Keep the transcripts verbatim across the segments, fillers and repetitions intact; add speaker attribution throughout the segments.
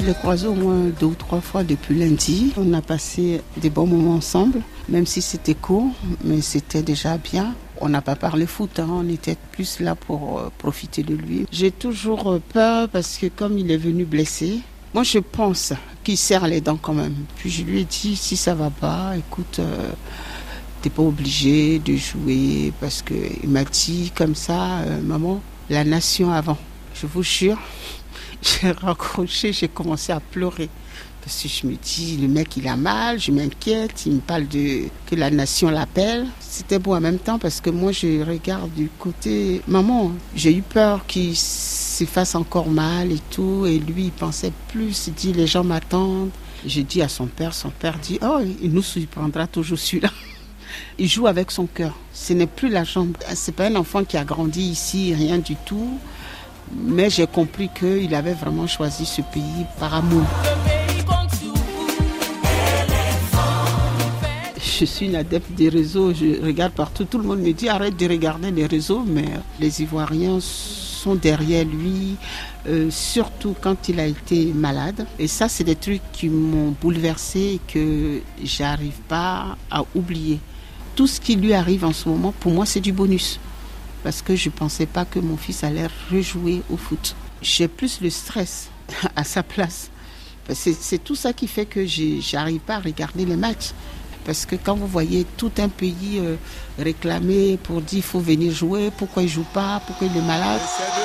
Speaker 1: Je l'ai croisé au moins deux ou trois fois depuis lundi. On a passé des bons moments ensemble, même si c'était court, mais c'était déjà bien. On n'a pas parlé foot, hein. On était plus là pour euh, profiter de lui. J'ai toujours peur parce que comme il est venu blessé, moi je pense qu'il serre les dents quand même. Puis je lui ai dit, si ça va pas, écoute, euh, t'es pas obligé de jouer. Parce qu'il m'a dit comme ça, euh, maman, la nation avant. Je vous jure, j'ai raccroché, j'ai commencé à pleurer. Parce que je me dis, le mec il a mal, je m'inquiète, il me parle de que la nation l'appelle. C'était beau en même temps parce que moi je regarde du côté maman. J'ai eu peur qu'il se fasse encore mal et tout. Et lui il pensait plus, il dit les gens m'attendent. J'ai dit à son père, son père dit, oh il nous surprendra toujours celui-là. Il joue avec son cœur. Ce n'est plus la jambe. C'est pas un enfant qui a grandi ici, rien du tout. Mais j'ai compris qu'il avait vraiment choisi ce pays par amour. Je suis une adepte des réseaux, je regarde partout. Tout le monde me dit arrête de regarder les réseaux, mais les Ivoiriens sont derrière lui, euh, surtout quand il a été malade. Et ça, c'est des trucs qui m'ont bouleversée et que j'arrive pas à oublier. Tout ce qui lui arrive en ce moment, pour moi, c'est du bonus. Parce que je ne pensais pas que mon fils allait rejouer au foot. J'ai plus le stress à sa place. C'est, c'est tout ça qui fait que je n'arrive pas à regarder les matchs. Parce que quand vous voyez tout un pays euh, réclamer pour dire qu'il faut venir jouer, pourquoi il ne joue pas, pourquoi il est malade.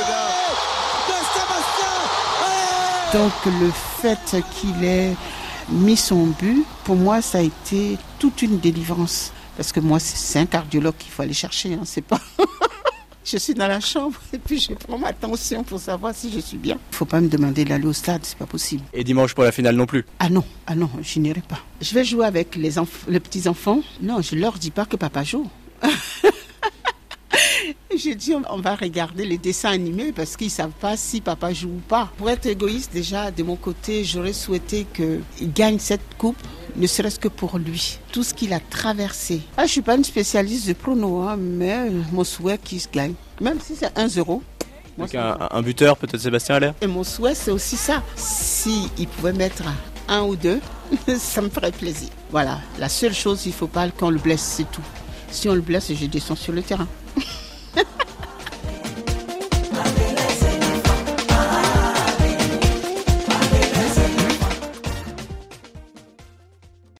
Speaker 1: Donc le fait qu'il ait mis son but, pour moi ça a été toute une délivrance. Parce que moi c'est un cardiologue qu'il faut aller chercher, hein, c'est pas... Je suis dans la chambre et puis je prends ma tension pour savoir si je suis bien. Il ne faut pas me demander d'aller au stade, c'est pas possible.
Speaker 2: Et dimanche pour la finale non plus?
Speaker 1: Ah non, ah non, je n'irai pas. Je vais jouer avec les, enf- les petits-enfants. Non, je ne leur dis pas que papa joue. J'ai dit on va regarder les dessins animés parce qu'ils ne savent pas si papa joue ou pas. Pour être égoïste, déjà, de mon côté, j'aurais souhaité qu'il gagne cette coupe, ne serait-ce que pour lui. Tout ce qu'il a traversé. Ah, je ne suis pas une spécialiste de prono, hein, mais mon souhait qu'il gagne. Même si c'est un zéro.
Speaker 2: Donc un, un buteur, peut-être Sébastien Haller.
Speaker 1: Et mon souhait, c'est aussi ça. S'il pouvait mettre un ou deux, ça me ferait plaisir. Voilà, la seule chose, il ne faut pas qu'on le blesse, c'est tout. Si on le blesse, je descends sur le terrain.